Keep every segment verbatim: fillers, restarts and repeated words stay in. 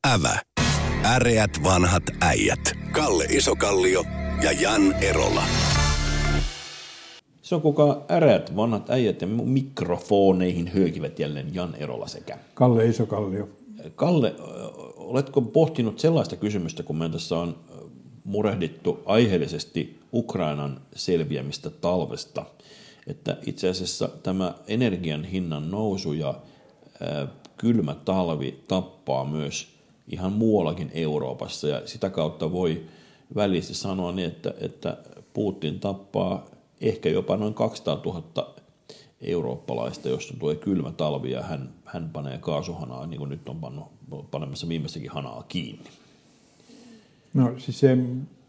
Ävä. Äreät vanhat äijät. Kalle Isokallio ja Jan Erola. Se on kuka äreät vanhat äijät ja mikrofoneihin hyökivät jälleen Jan Erola sekä Kalle Isokallio. Kalle, oletko pohtinut sellaista kysymystä, kun me tässä on murehdittu aiheellisesti Ukrainan selviämistä talvesta, että itse asiassa tämä energian hinnan nousu ja ää, kylmä talvi tappaa myös ihan muuallakin Euroopassa, ja sitä kautta voi välisesti sanoa niin, että, että Putin tappaa ehkä jopa noin kaksisataatuhatta eurooppalaista, jos tulee kylmä talvi ja hän, hän panee kaasuhanaa, niin kuin nyt on pannu, panemassa viimeistäkin hanaa kiinni. No siis se,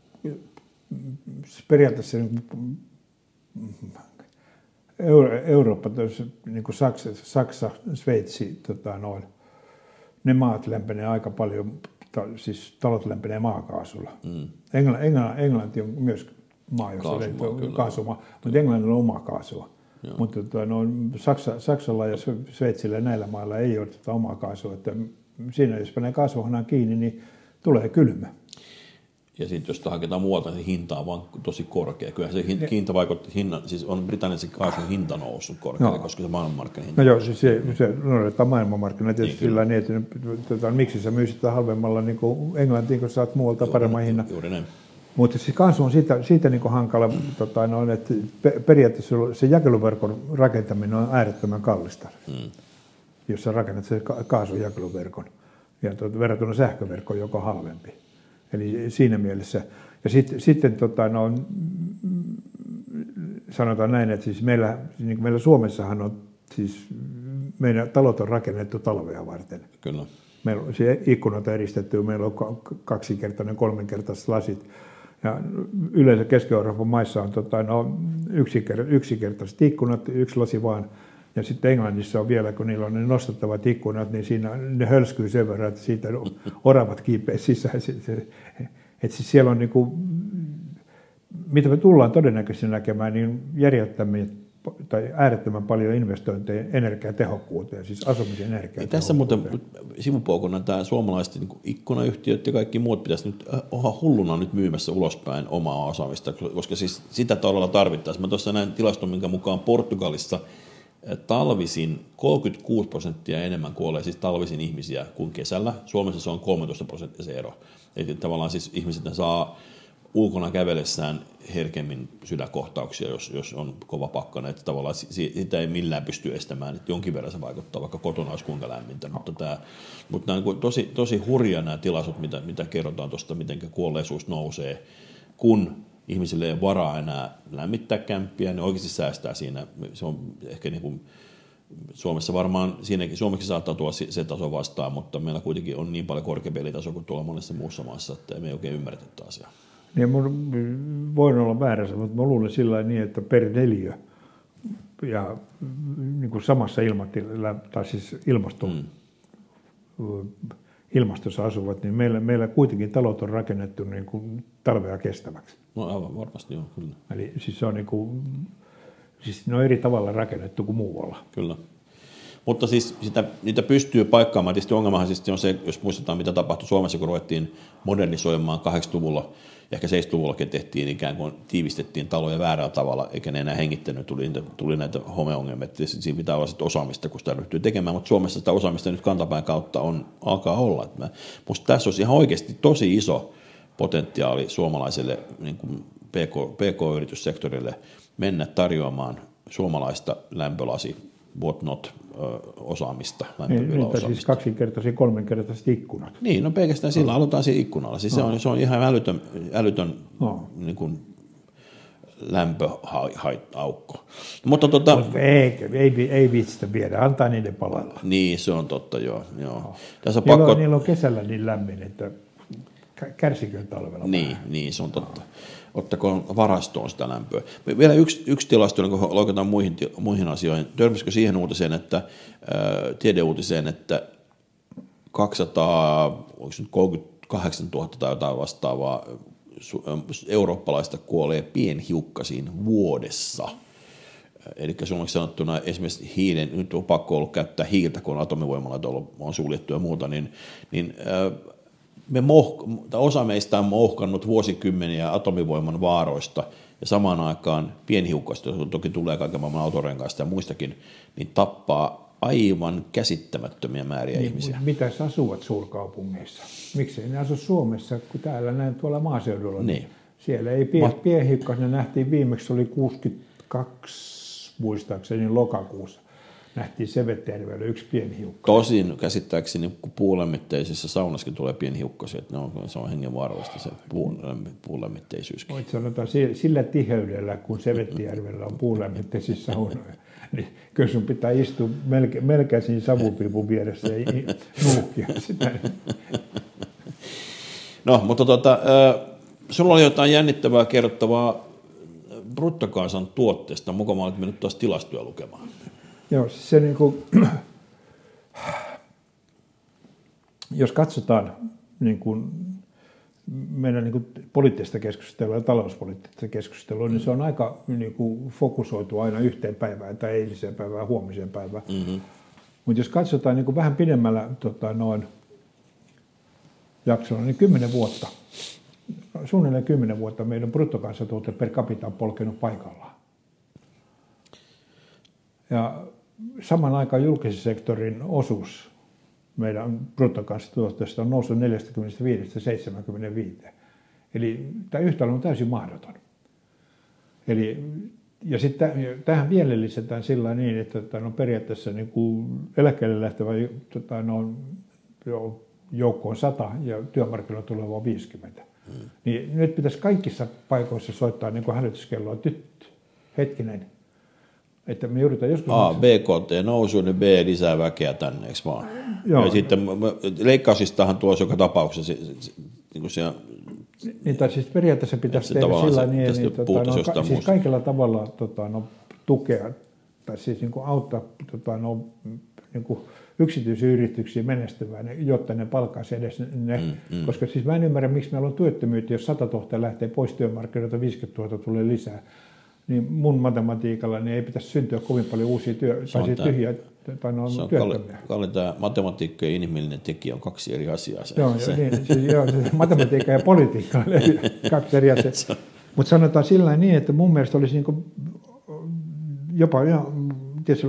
se periaatteessa Euro, Eurooppa, niin kuin Saksa, Saksa, Sveitsi, tota noin, ne maat lämpenee aika paljon, siis talot lämpenee maakaasulla. Mm. Englanti, Englanti, Englanti on myös maa, jossa on kaasumaa, mutta Englannilla on omaa kaasua. Joo. Mutta tota, no, Saksa, Saksalla ja Sveitsillä ja näillä mailla ei ole tätä omaa kaasua. Että siinä jos panee kaasuhanaan kiinni, niin tulee kylmä. Ja sitten jos haketaan muualta, niin hinta on vaan tosi korkea. Kyllä se hinta vaikuttaa, hinnan, siis on Britanniassa kaasun hinta noussut korkealle, no. Koska se maailmanmarkkinahinta. No joo, siis se, se noudattaa maailmanmarkkina tietysti niin, sillä niin, että tota, miksi sä myisit halvemmalla niin kuin Englantiin, kun saat muualta juuri, paremman hinnan. Juuri näin. Mutta siis kaasu on siitä, siitä niin kuin hankala, tota, no, että periaatteessa se jakeluverkon rakentaminen on äärettömän kallista, hmm. jos sä rakennat sen kaasun jakeluverkon ja tuota, verrattuna sähköverkkoon, joka on halvempi. Eli siinä mielessä. Ja sitten, sitten tota, no, sanotaan näin, että siis meillä, niin kuin meillä Suomessahan on, siis meidän talot on rakennettu talvea varten. Kyllä. Meillä on ikkunat eristetty, meillä on kaksinkertainen, kolminkertaiset lasit. Ja yleensä Keski-Euroopan maissa on tota, no, yksinkertaiset ikkunat, yksi lasi vaan. Ja sitten Englannissa on vielä, kun niillä on ne nostettavat ikkunat, niin siinä ne hölskyy sen verran, että siitä oravat kiipeä sisään. Että siis siellä on, niin kuin, mitä me tullaan todennäköisesti näkemään, niin järjettömän tai äärettömän paljon investointeja energiatehokkuuteen, siis asumisen energiatehokkuuteen. Tässä muuten sivupoukona tämä suomalaiset niin ikkunayhtiöt ja kaikki muut pitäisi nyt olla hulluna nyt myymässä ulospäin omaa osaamista, koska siis sitä todella tarvittaisiin. Mä tuossa näin tilaston, minkä mukaan Portugalissa talvisin kolmekymmentäkuusi prosenttia enemmän kuolee siis talvisin ihmisiä kuin kesällä. Suomessa se on kolmetoista prosenttia se ero. Eli tavallaan siis ihmiset saa ulkona kävelessään herkemmin sydänkohtauksia, jos, jos on kova pakkana. Että tavallaan sitä ei millään pysty estämään. Että jonkin verran se vaikuttaa, vaikka kotona olisi kuinka lämmintä. Mutta, tämä, mutta nämä on tosi, tosi hurja nämä tilastot, mitä, mitä kerrotaan tuosta, miten kuolleisuus nousee, kun ihmisille ei ole varaa enää lämmittää kämppiä, ne oikeasti säästää siinä. Se on ehkä niin kuin Suomessa varmaan, siinäkin Suomeksi saattaa tulla se taso vastaan, mutta meillä kuitenkin on niin paljon korkeampi elitaso kuin tuolla monessa muussa maassa, että me ei oikein ymmärretä tätä asiaa. Niin, voin olla väärässä, mutta mä luulen sillä niin, että per neliö ja niin kuin samassa ilmatilassa, tai siis ilmaston, mm. ilmastossa asuvat, niin meillä, meillä kuitenkin talot on rakennettu niin kuin talvea kestäväksi. No aivan varmasti joo, kyllä. Eli siis se on niin kuin, siis ne on eri tavalla rakennettu kuin muualla. Kyllä. Mutta siis sitä, niitä pystyy paikkaamaan. Tietysti ongelmahan siis on se, jos muistetaan mitä tapahtui Suomessa, kun ruvettiin modernisoimaan kahdeksankymmentäluvulla, ehkä seitsemänkymmentäluvullakin tehtiin ikään kuin tiivistettiin taloja väärällä tavalla, eikä ne enää hengittänyt, tuli, tuli näitä homeongelmia. Siinä pitää olla sitten osaamista, kun sitä ryhtyy tekemään, mutta Suomessa sitä osaamista nyt kantapään kautta on, alkaa olla. Minusta tässä olisi ihan oikeasti tosi iso potentiaali suomalaiselle niin kuin PK, PK-yrityssektorille mennä tarjoamaan suomalaista lämpölasi, what not, osaamista, lämpövilä niin, osaamista. Siis kaksinkertaisia, kolmenkertaiset ikkunat. Niin, no pelkästään sillä aloitetaan siinä ikkunalla. Siis no. se, on, se on ihan älytön, älytön no. niin kuin lämpöaukko. Mutta tota, no, ei, ei, ei viitsitä viedä, antaa niiden palalla. Niin, se on totta, joo. joo. No. Tässä on niillä, pakko... on, niillä on kesällä niin lämmin, että kärsikö talvella. Niin, niin, se on totta. Ottakoon varastoon sitä lämpöä. Vielä yksi, yksi tilasto, kun loikataan muihin, muihin asioihin. Törmäsikö siihen uutiseen, että äh, tiedeuutiseen, että kaksisataakolmekymmentäkahdeksantuhatta tai jotain vastaavaa eurooppalaista kuolee pienhiukkasiin vuodessa. Eli suomeksi sanottuna esimerkiksi hiilen, nyt on pakko ollut käyttää hiiltä, kun atomivoimalat on suljettu ja muuta, niin, niin me moh, osa meistä on mohkannut vuosikymmeniä atomivoiman vaaroista, ja samaan aikaan pienhiukkasta, toki tulee kaiken maailman autorenkaista ja muistakin, niin tappaa aivan käsittämättömiä määriä niin, ihmisiä. Mitäs asuvat suurkaupungeissa? Miksei ne asu Suomessa, kun täällä näin tuolla maaseudulla? Niin. Siellä ei pien, Ma- pienhiukkas, ne nähtiin viimeksi, oli kuusikymmentäkaksi muistaakseni lokakuussa. Nähtiin Sevettijärvellä yksi pienhiukkas. Tosin käsittääkseni, kun puulämmitteisessä saunassakin tulee pienhiukkasia, että no, se on hengenvaarallista se puulämmitteisyyskin. Voit sanotaan sillä tiheydellä, kun Sevettijärvellä on puulämmitteisissä saunoja, niin kyllä sun pitää istua melkein, melkein siinä savupiipun vieressä ja nuuhkia sitä. No, mutta tota, sulla oli jotain jännittävää kerrottavaa bruttokansantuotteesta. Mukavaa olet mennyt taas tilastoja lukemaan. Joo, se niin kuin, jos katsotaan niin kuin meidän niin kuin poliittista keskustelua ja talouspoliittista keskustelua, mm. niin se on aika niin kuin fokusoitu aina yhteen päivään tai eiliseen päivään, huomiseen päivään. Mm-hmm. Mutta jos katsotaan niin kuin vähän pidemmällä tota, noin jaksolla, niin kymmenen vuotta, suunnilleen kymmenen vuotta meidän bruttokansantuote per capita on polkenut paikallaan. Ja saman aikaan julkisen sektorin osuus meidän bruttokansantuotteesta on noussut neljäkymmentäviisi seitsemänkymmentäviisi. Eli tämä yhtälö on täysin mahdoton. Eli, ja sitten tähän vielä lisätään sillä niin, että no periaatteessa niin kuin eläkkeelle lähtevä no, joukko on sata ja työmarkkinoilla tuleva viisikymmentä. Hmm. Niin nyt pitäisi kaikissa paikoissa soittaa niin kuin hälytyskelloa, tyt, hetkinen. Että me joudutaan joskus... A, B K T nousuu, niin B lisää väkeä tänne, eikö vaan? Joo. Ja sitten leikkausistahan tuossa joka tapauksessa. Niin kuin siellä, niin, tai siis periaatteessa pitäisi tehdä sillä niin, että tota, no, siis kaikilla tavalla tota, no, tukea, tai siis niin kuin auttaa tota, no, niin kuin yksityisiä yrityksiä menestymään, jotta ne palkkaisi edes ne. Mm, mm. Koska siis mä en ymmärrä, miksi meillä on työttömyyttä, jos sata tuhatta lähtee pois työmarkkinoilta, viisikymmentätuhatta tulee lisää. Niin mun matematiikalla niin ei pitäisi syntyä kovin paljon uusia työ, tai siis tyhjiä tai no, se on työttömiä. Kalle, tämä matematiikka ja inhimillinen tekijä on kaksi eri asiaa. Se, joo, se. Niin, siis, joo, se matematiikka ja politiikka on kaksi eri asiaa. Mutta sanotaan sillä niin, että mun mielestä olisi niinku jopa, tietysti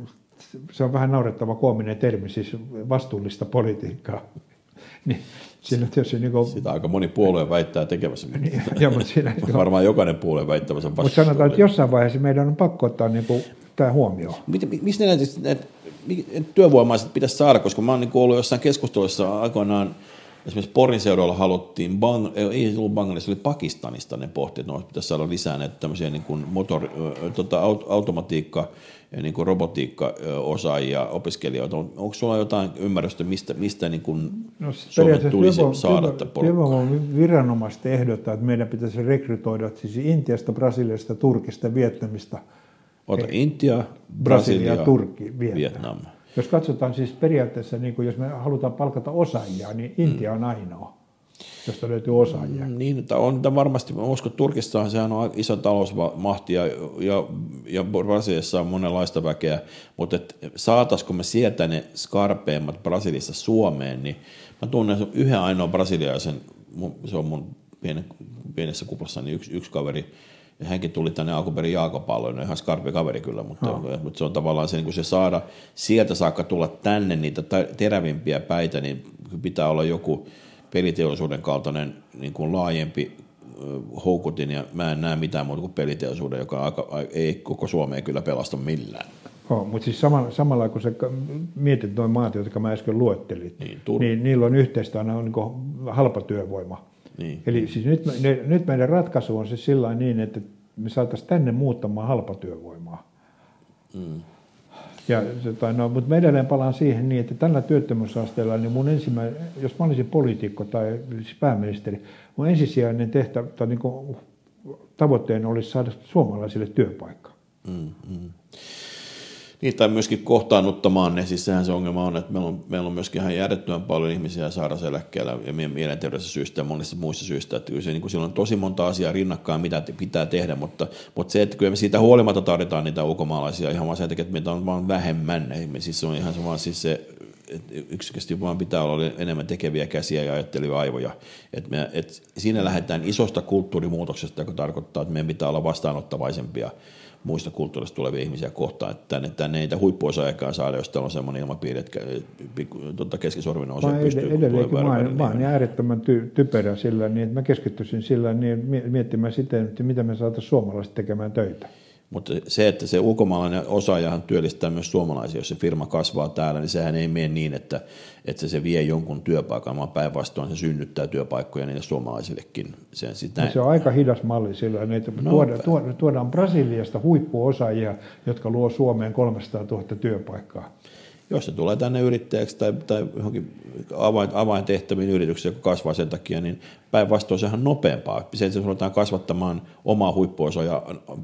se on vähän naurettava koominen termi, siis vastuullista politiikkaa. Niin, siinä niin kuin... Sitä aika moni puolue väittää tekemässä. Niin, joo, mutta siinä, varmaan jokainen puolue väittämässä vastuullista. Mutta sanotaan, että jossain vaiheessa meidän on pakko ottaa niin kuin, tämä huomioon. Mistä näitä, näitä työvoimaiset pitäisi saada, koska mä oon niin ollut jossain keskustelussa aikoinaan, esimerkiksi Porin seudulla haluttiin, Bang, ei ollut Bangladesista, se oli Pakistanista, ne pohti, että no, pitäisi saada lisää näitä tämmöisiä niin kuin motor, tota, automatiikka- ja niin kuin robotiikka-osaajia, opiskelijoita. Onko sulla jotain ymmärrystä, mistä, mistä niin kuin no, Suomen tulisi työvo- saada tätä porukkaa? Työvoiman viranomaiset ehdottaa, että meidän pitäisi rekrytoida siis Intiasta, Brasiliasta, Turkista, Vietnamista. Ota Intia, Brasilia, Brasilia Turkki, Vietnam. Vietnam. Jos katsotaan siis periaatteessa, niin kuin jos me halutaan palkata osaajia, niin Intia on ainoa, josta löytyy osaajia. Mm, niin, on varmasti. Mä uskon, että Turkissahan sehän on iso talousmahti ja, ja, ja Brasiliassa on monenlaista väkeä, mutta et, saataisiko me sieltä ne skarpeimmat Brasiliassa Suomeen, niin mä tunnen yhden ainoa brasilialaisen, se on mun pienen, pienessä kuplassani yksi, yksi kaveri, ja hänkin tuli tänne alkuperin Jaakopalloon, ihan skarpi kaveri kyllä, mutta, oh. mutta se on tavallaan se, niin kun se saada sieltä saakka tulla tänne niitä terävimpiä päitä, niin pitää olla joku peliteollisuuden kaltainen niin kuin laajempi houkutin, ja mä en näe mitään muuta kuin peliteollisuuden, joka aika, ei koko Suomeen kyllä pelasta millään. Oh, mutta siis samalla, samalla kun sä mietit noin maat, jotka mä äsken luettelin, niin, niin niillä on yhteistä aina niin kuin halpa työvoima. Niin. Eli siis nyt, ne, nyt meidän ratkaisu on siis sillä niin, että me saataisiin tänne muuttamaan halpatyövoimaa. Mm. Ja, no, mutta me edelleen palaan siihen niin, että tällä työttömyysasteella, niin mun ensimmäinen, jos mä olisin poliitikko tai siis pääministeri, mun ensisijainen tehtävä tai niin kuin, tavoitteena olisi saada suomalaisille työpaikka. Mm, mm. Niin, tai myöskin kohtaannuttamaan ne, siis sehän se ongelma on, että meillä on, meillä on myöskin ihan järjettömän paljon ihmisiä sairauseläkkeellä ja mielenterveydessä syistä ja monista muista syistä, että kyllä se, niin kuin silloin on tosi monta asiaa rinnakkain, mitä pitää tehdä, mutta, mutta se, että kyllä me siitä huolimatta tarvitaan niitä ulkomaalaisia ihan vaan sen takia, että meitä on vaan vähemmän, siis se on ihan se vaan siis se, yksinkertaisesti vaan pitää olla enemmän tekeviä käsiä ja ajattelevia aivoja. Et me, et siinä lähdetään isosta kulttuurimuutoksesta, joka tarkoittaa, että meidän pitää olla vastaanottavaisempia muista kulttuurista tulevia ihmisiä kohtaan, että tänne, tänne ei niitä huippuosaajakaan saada, jos täällä on semmoinen ilmapiiri, että tuota keskisorvinen osa pystyy tulemaan. Mä, mä, mä oon äärettömän ty, typerä sillä, niin että mä keskittyisin sillä niin miettimään siten, että mitä me saataisiin suomalaiset tekemään töitä. Mutta se, että se ulkomaalainen osaajahan työllistää myös suomalaisia, jos se firma kasvaa täällä, niin sehän ei mene niin, että, että se vie jonkun työpaikan, vaan päinvastoin se synnyttää työpaikkoja niille suomalaisillekin. Se, no se on aika hidas malli sillä, että no, tuodaan, tuodaan, tuodaan Brasiliasta huippuosaajia, jotka luo Suomeen kolmesataatuhatta työpaikkaa. Jos se tulee tänne yrittäjäksi tai, tai johonkin avain, avaintehtäviin yrityksiä, joka kasvaa sen takia, niin päinvastoin sehän nopeampaa. Se, että se ruvetaan kasvattamaan omaa huippuosaajaa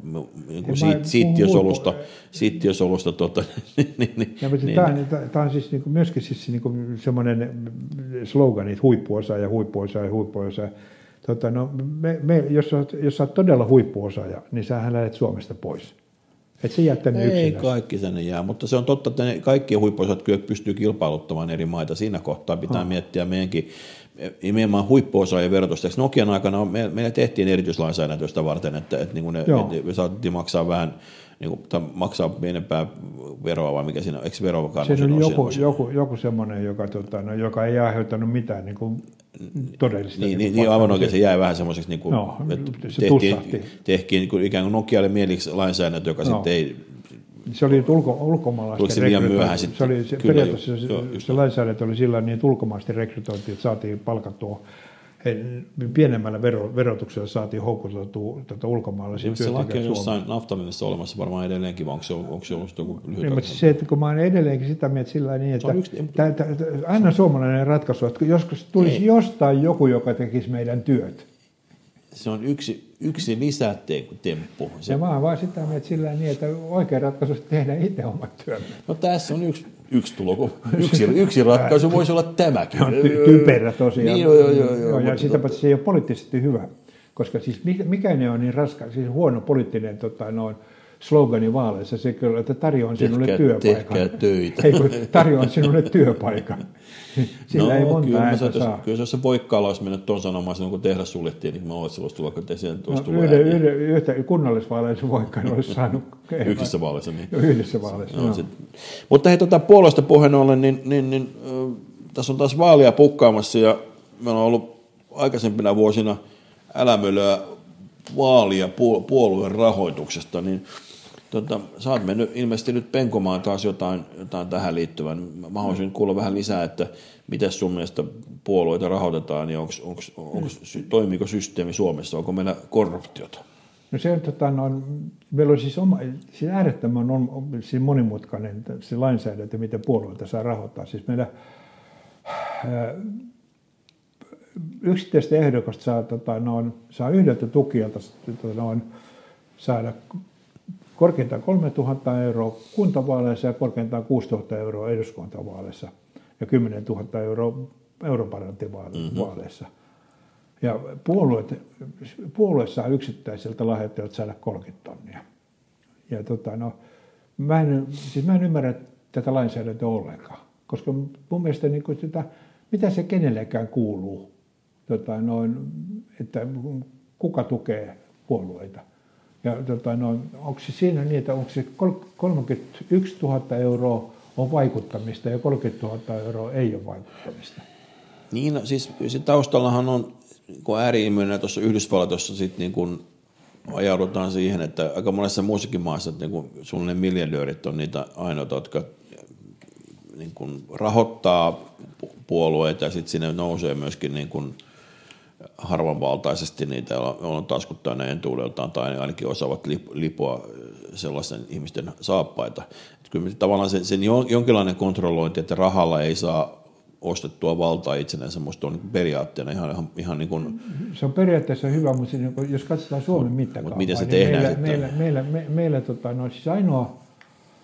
niin siittiösolusta, siittiösolusta tota, niin, niin, niin, tämä, niin, tämä on siis niin kuin, myöskin siis niin kuin semmoinen slogan, että huippuosaaja, huippuosaaja, huippuosaaja. Tota, no, me, me, jos, jos olet todella huippuosaaja, niin sähän lähdet Suomesta pois. Että se jää tänne Ei yksinässä. kaikki tänne jää, mutta se on totta, että ne kaikki huippuosat kyllä pystyy kilpailuttamaan eri maita. Siinä kohtaa pitää ha. miettiä meidänkin nimenomaan huippuosaajien verotusta. Nokian aikana me, meillä tehtiin erityislainsäädäntöstä varten, että, että niin ne, me saatiin maksaa vähän, niin kuin, maksaa pienempää veroa vai mikä siinä on, eikö verovakaan? Siinä oli joku, joku, joku semmoinen, joka, tota, no, joka ei aiheuttanut mitään niin kuin todellista. Niin, niin, niin aivan oikein se jäi vähän semmoiseksi, niin kuin, no, että tehtiin, tehtiin niin kuin, ikään kuin Nokialle mieliksi lainsäädäntö, joka no. sitten ei... Se oli ulko, ulkomaalaisten rekrytointi. Se oli se, Kyllä, periaatteessa jo, se, jo, se lainsäädäntö oli sillä niin, että ulkomaalaisten rekrytointi, että saatiin palkattua, pienemmällä vero, verotuksella saatiin houkuteltua tätä ulkomaalaisia työntekijöitä Suomeen. Se laki on jossain naftalinissa olemassa varmaan edelleenkin, vai onko se, onko se ollut joku lyhyt? Niin, se, että kun mä olen edelleenkin sitä mieltä sillä niin, että yksi, tää, tää, aina suomalainen ratkaisu, että joskus tulisi ei. jostain joku, joka tekisi meidän työt. Se on yksi, yksi lisätemppu. Se ja mä oon vaan sitä mieltä sillä niin, että oikea ratkaisu on tehdä itse omat työmme. No tässä on yksi, yksi tulo. Yksi, yksi ratkaisu voisi olla tämäkin. On ty- typerä tosiaan. Niin, joo, joo, joo, joo, ja sitä paitsi se ei ole poliittisesti hyvä. Koska siis mikä ne on niin raskas, siis huono poliittinen tota, noin, slogani vaaleissa, se kyllä, että tarjoan sinulle tehkää, työpaikan. Tehkää töitä. Ei, kun tarjoan sinulle työpaikan. Sillä no, ei monta kyllä, ääntä saatais, saa. kyllä jos se voikkaalla olisi mennyt tuon sanomaan, silloin kun tehdas suljettiin, niin mä olisin sellaista tulla, että se olisi tullut no, yhden, yhden, yhtä kunnallisvaaleissa voikkaan olisi saanut. Yhdessä vaaleissa, niin. Jo, yhdessä vaaleissa, no, no. Sit, mutta hei, tuota, puolueesta puheen ollen, niin, niin, niin äh, tässä on taas vaalia pukkaamassa, ja meillä on ollut aikaisempina vuosina älämölöä vaalia puolueen rahoituksesta, niin Tota, sä oot mennyt ilmeisesti nyt penkomaan taas jotain, jotain tähän liittyvän. Mä haluaisin kuulla vähän lisää, että miten sun mielestä puolueita rahoitetaan ja onks, onks, onks, toimiiko systeemi Suomessa, onko meillä korruptiota? No se on, tota, no, meillä on siis, oma, siis äärettömän on, siis monimutkainen se lainsäädäntö, miten puolueita saa rahoittaa. Siis meillä ää, yksittäistä ehdokasta saa, tota, no, saa yhdeltä tukijalta tota, no, saada korkeintaan kolmetuhatta euroa kuntavaaleissa ja korkeintaan kuusituhatta euroa eduskuntavaaleissa ja kymmenentuhatta euroa europarlamenttivaaleissa. Mm-hmm. Ja puolueet, puolue saa yksittäiseltä lahjoittajalta saada kolmekymmentä tonnia. Ja tota, no, mä, en, siis mä en ymmärrä tätä lainsäädäntöä ollenkaan, koska mun mielestä niin kuin sitä, mitä se kenellekään kuuluu, tota, noin, että kuka tukee puolueita. Ja tota, no, onko se siinä niin, että onko se kolmekymmentäyksituhatta euroa on vaikuttamista ja kolmekymmentätuhatta euroa ei ole vaikuttamista? Niin, no, siis se taustallahan on, kun ääri-ilmiönä tuossa Yhdysvalloissa sitten niin kun ajaudutaan siihen, että aika monessa muussakin maassa, että niin suunnilleen miljardöörit on niitä ainoita, jotka niin kun rahoittaa puolueita ja sitten sinne nousee myöskin niin kun harvanvaltaisesti niitä, on taskuttaa näiden tuudeltaan tai ainakin osaavat lipoa sellaisen ihmisten saappaita. Että kyllä tavallaan sen, sen jonkinlainen kontrollointi, että rahalla ei saa ostettua valtaa itsenänsä, musta on niin periaatteena ihan, ihan, ihan niin kuin... Se on periaatteessa hyvä, mutta jos katsotaan Suomen mittakaavaa, miten se niin tehdään meillä, sitten? meillä, meillä, meillä, meillä tota, no, siis ainoa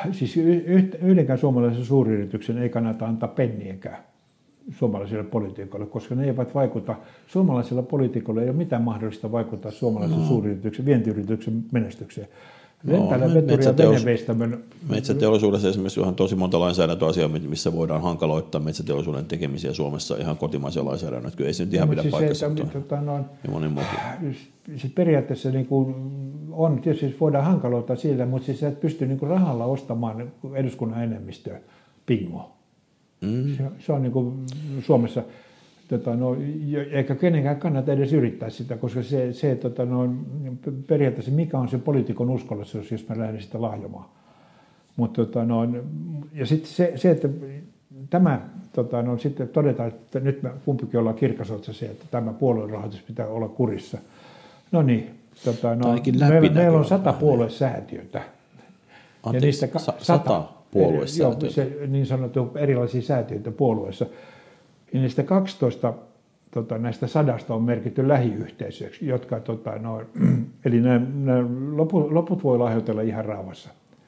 siis yhdenkään suomalaisen suuryrityksen ei kannata antaa penniäkään suomalaisille poliitikoille, koska ne eivät vaikuta, suomalaisilla poliitikoilla ei ole mitään mahdollista vaikuttaa suomalaisen no. suuryrityksen, vientiyrityksen menestykseen. Lentäjä, no, veturi ja veneveistämön. Metsäteollisuudessa esimerkiksi on tosi monta lainsäädäntöasiaa, missä voidaan hankaloittaa metsäteollisuuden tekemisiä Suomessa ihan kotimaisia lainsäädännöitä. Kyllä ei se nyt ihan no, pidä siis paikkansa. Tota, no, siis periaatteessa niin kuin on, tietysti voidaan hankaloittaa siitä, mutta siis et pysty niin kuin rahalla ostamaan eduskunnan enemmistöä pingoa. Mm. Se, se on niin kuin Suomessa, tota, no, eikä kenenkään kannata edes yrittää sitä, koska se, se tota, no, periaatteessa mikä on se poliitikon uskollisuus, jos mä lähden sitä lahjomaan. Mut, tota, no, ja sitten se, se, että tämä, tota, no, sitten todetaan, että nyt me kumpikin ollaan kirkasotsa se, että tämä puoluerahoitus pitää olla kurissa. No niin, tota, no, meillä, meillä on sata puoluesäätiötä. Anteeksi, ja niistä ka- sata, sata puoluesäätiötä? Joo, se, niin sanottu erilaisia säätiöitä puolueissa. Ja niistä kaksitoista tota, näistä sadasta on merkitty lähiyhteisöiksi, jotka, tota, no, eli nämä, nämä loput, loput voi lahjoitella ihan rauhassa.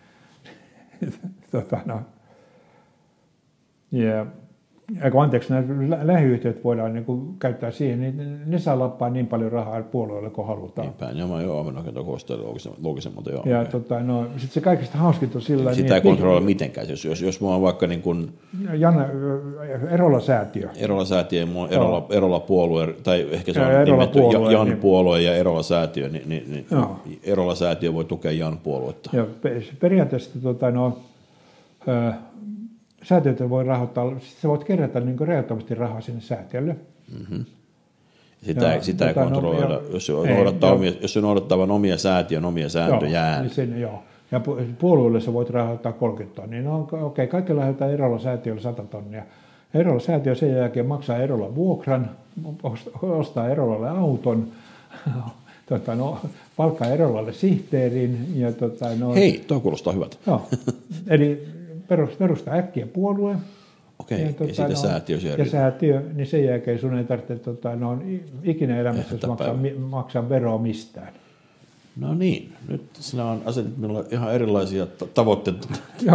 tota, no. Ja, anteeksi, nämä lähiyhtiöt voidaan niin kuin, käyttää siihen, niin ne saa lappaa niin paljon rahaa puolueelle kuin halutaan. Niinpä, joo, joo, aivan oikein kuulostaa loogisemmalta, joo. Ja okay. tota, no, sitten se kaikista hauskinta on sillä... Sitä niin, ei kontrolloida niin, mitenkään, jos, jos, jos mulla on vaikka niin kuin... Janne, Erola-säätiö. Erola-säätiö, Erola, Erola-puolue, tai ehkä se on nimetty Jan-puolue ja Erola-säätiö, niin, niin, niin Erola-säätiö voi tukea Jan-puoluetta. Joo, periaatteessa tota, no, äh, säätiötä voi rahoittaa, sä voit kerätä niin rajoittomasti rahaa sinne säätiölle. Mm-hmm. Sitä, ja, sitä ei kontrolloida, no, jos, se noudattaa ei, omia, jos se noudattaa vain omia säätiön, omia sääntöjään. Niin sen, joo. Ja puolueelle sä voit rahoittaa kolmekymmentä tonnia. No okei, okay, kaikki lähetetään Erola-säätiölle sata tonnia. Erola-säätiö sen jälkeen maksaa Erola vuokran, ostaa Erolalle auton, tota, no, palkkaa Erolalle sihteerin. Ja, tota, no, hei, tuo kuulostaa hyvältä. Joo, eli perustaa äkkiä puolue. Okei, ja, tota, ja sitten no, säätiö siellä. Ja säätiö, niin sen jälkeen sun ei tarvitse tota, no, ikinä elämässä maksaa, maksaa veroa mistään. No niin, nyt sinä on asetit minulle ihan erilaisia tavoitteita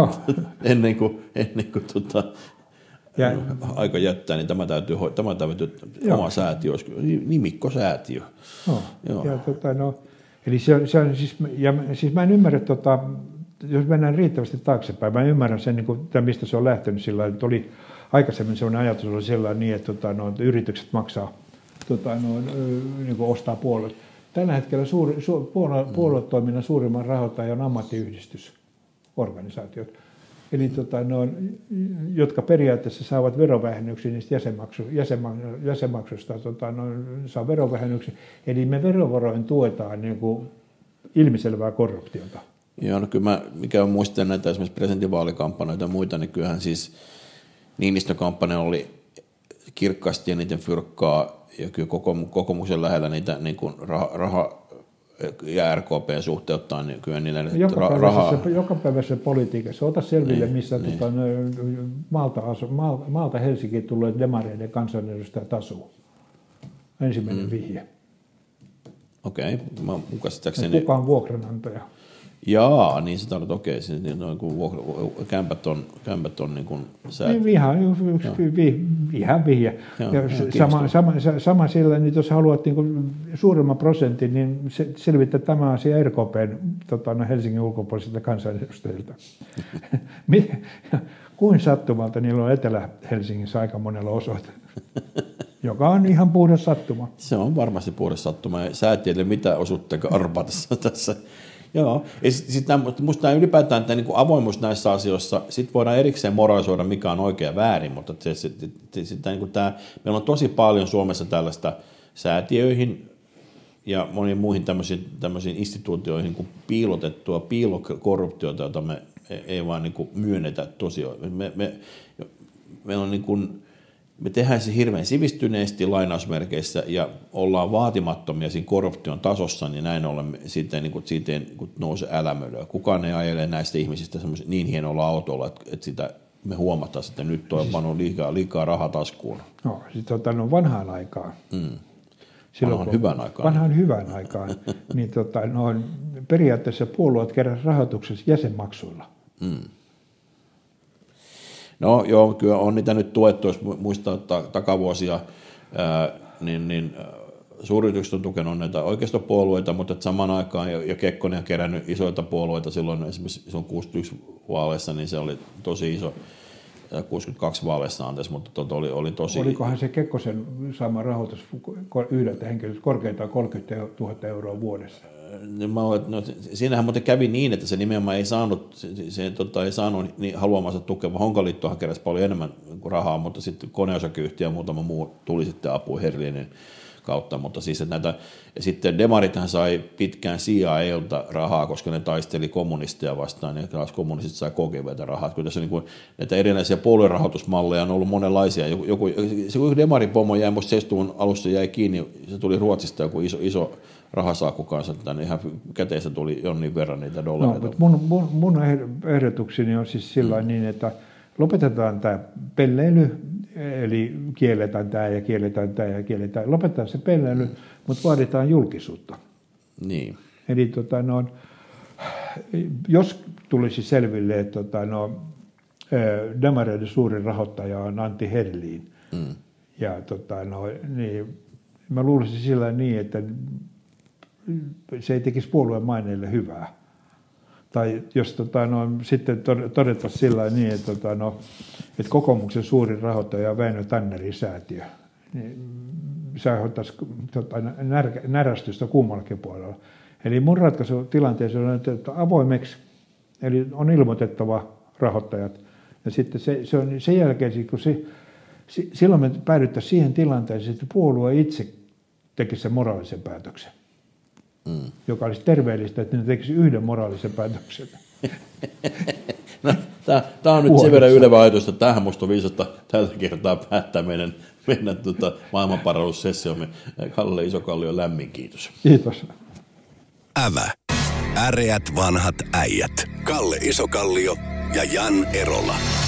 ennen kuin, ennen kuin tota, ja, aika jättää, niin tämä täytyy, tämä täytyy oma säätiö, nimikkosäätiö. No, joo. Ja, tota, no, eli se, se on siis, ja, siis mä en ymmärrä, tota, jos mennään riittävästi taaksepäin, mä ymmärrän sen, niin kuin, mistä se on lähtenyt sillä tavalla, että oli aikaisemmin sellainen ajatus oli sellainen niin, että tota, no, yritykset maksaa, tota, no, niin kuin ostaa puolueet. Tällä hetkellä suuri, su, puolue, puoluetoiminnan suurimman rahoittaja on ammattiyhdistysorganisaatiot, eli tota, no, jotka periaatteessa saavat verovähennyksiä niistä jäsenmaksu, jäsenmaksu, jäsenmaksuista, tota, no, saa verovähennyksiä. Eli me verovaroin tuetaan niin kuin ilmiselvää korruptiota. Joo, no kyllä mä, mikä on muistan näitä esimerkiksi presidentinvaalikampanjoita ja muita, niin kyllähän siis Niinistön kampanja oli kirkkaasti eniten fyrkkaa ja kyllä kokoomuksen lähellä niitä niin kuin raha, raha ja R K P suhteuttaa, niin kyllä niillä joka ra- rahaa... Jokapäiväisessä politiikassa, ota selville, niin, missä niin. Tota, Maalta, asu, Maalta Helsinkiin tulleet demareiden kansanedustajat asuu. Ensimmäinen mm. vihje. Okei, okay. Mä mukaistaakseni... Kuka on vuokranantaja? Jaa, niin sitä on, että okei, siis, niin, no, kämpät on, kämpät on niin kuin sä... Ihan, vi, ihan vihje. Joo, ja sama, sama, sama sillä, niin jos haluat niin kuin suuremman prosentin, niin se, selvittää tämä asia R K P:n tota, no Helsingin ulkopuolisilta kansanedustajilta. Kuin sattumalta niillä on Etelä-Helsingissä aika monella osoite, joka on ihan puhdas sattuma. Se on varmasti puhdas sattuma. Säätiölle mitä osuutta arvata tässä. Joo, ja sitten minusta tämä ylipäätään tämä niinku avoimuus näissä asioissa, sitten voidaan erikseen moralisoida, mikä on oikein ja väärin, mutta se, se, se, se, niinku tämä, meillä on tosi paljon Suomessa tällaista säätiöihin ja moniin muihin tämmöisiin, tämmöisiin instituutioihin kuin piilotettua piilokorruptiota, jota me ei vaan niinku myönnetä tosiaan. Me, me, meillä on niin kuin, me tehdään se hirveän sivistyneesti lainausmerkeissä ja ollaan vaatimattomia siinä korruption tasossa, niin näin ollen siitä, niin kuin, siitä ei niin nouse älämölöä. Kukaan ei ajele näistä ihmisistä niin hienolla autolla, että, että sitä me huomataan, että nyt toi on pannut liikaa, liikaa rahaa taskuun. No, sitten on ottanut vanhaan aikaan. Mm. Vanhaan kun, hyvän aikaan. Vanhaan hyvän aikaan. niin tota, no, periaatteessa puolueet kerran rahoituksessa jäsenmaksuilla. Mm. No joo, kyllä on niitä nyt tuettu, jos muistaa ta- takavuosia, ää, niin, niin suuryritykset on tukenut näitä oikeistopuolueita, mutta samaan aikaan, ja, ja Kekkonen on kerännyt isoita puolueita silloin, esimerkiksi silloin kuusikymmentäyksi vaaleissa, niin se oli tosi iso, kuusikymmentäkaksi vaaleissa anteeksi, mutta tota oli, oli tosi... Olikohan se Kekkosen saama rahoitus yhdeltä henkilöltä korkeintaan kolmekymmentätuhatta euroa vuodessa? Mä olen, no, siinähän muuten kävi niin, että se nimenomaan ei saanut, se, se tota, ei saanut niin haluamansa tukea, vaan Honkaliittohan keräsi paljon enemmän kuin rahaa, mutta sitten koneosakeyhtiö ja muutama muu tuli sitten apuun Herlinin kautta, mutta siis että näitä, ja sitten demarithan sai pitkään C I A:lta rahaa, koska ne taisteli kommunisteja vastaan, ja kommunistit sai K G B:ltä rahaa. Kyllä tässä niin kuin, näitä erinäisiä puoluerahoitusmalleja on ollut monenlaisia. Joku, joku, se kun demaripomo jäi musta seitsemänkymmentäluvun alussa jäi kiinni, se tuli Ruotsista joku iso, iso rahasaakku kanssa, että ihan käteistä tuli jonnin verran niitä dollareita. No, mun, mun, mun ehdotukseni on siis sillä mm. niin, että lopetetaan tämä pelleily, eli kielletään tämä ja kielletään tämä ja kielletään. Lopetetaan se pelleily, mm. mutta vaaditaan julkisuutta. Niin. Eli tota, no, jos tulisi selville, että tota, no, demareiden suurin rahoittaja on Antti Herlin, mm. ja tota, no, niin, mä luulisin sillä niin, että se ei tekisi puolueen maineelle hyvää. Tai jos tota, no, sitten todettaisiin sillä niin, että, tota, no, että kokoomuksen suurin rahoittaja on Väinö Tannerin säätiö, niin se aiheuttaisi tota, när, närästystä kummallakin puolella. Eli mun ratkaisu tilanteeseen on, että avoimeksi, eli on ilmoitettava rahoittajat. Ja sitten se, se on sen jälkeen, kun se, silloin me päädyttäisiin siihen tilanteeseen, että puolue itse tekisi sen moraalisen päätöksen. Mm. Joka olisi terveellistä, että ne tekisi yhden moraalisen päätöksen. No, tämä on nyt sen verran ylevä ajatus, että tämähän musta on viisasta tällä kertaa päättää meidän, meidän tota, maailmanparannussessiomme. Kalle Isokallio, lämmin kiitos. Kiitos. Ävä. Äreät vanhat äijät. Kalle Isokallio ja Jan Erola.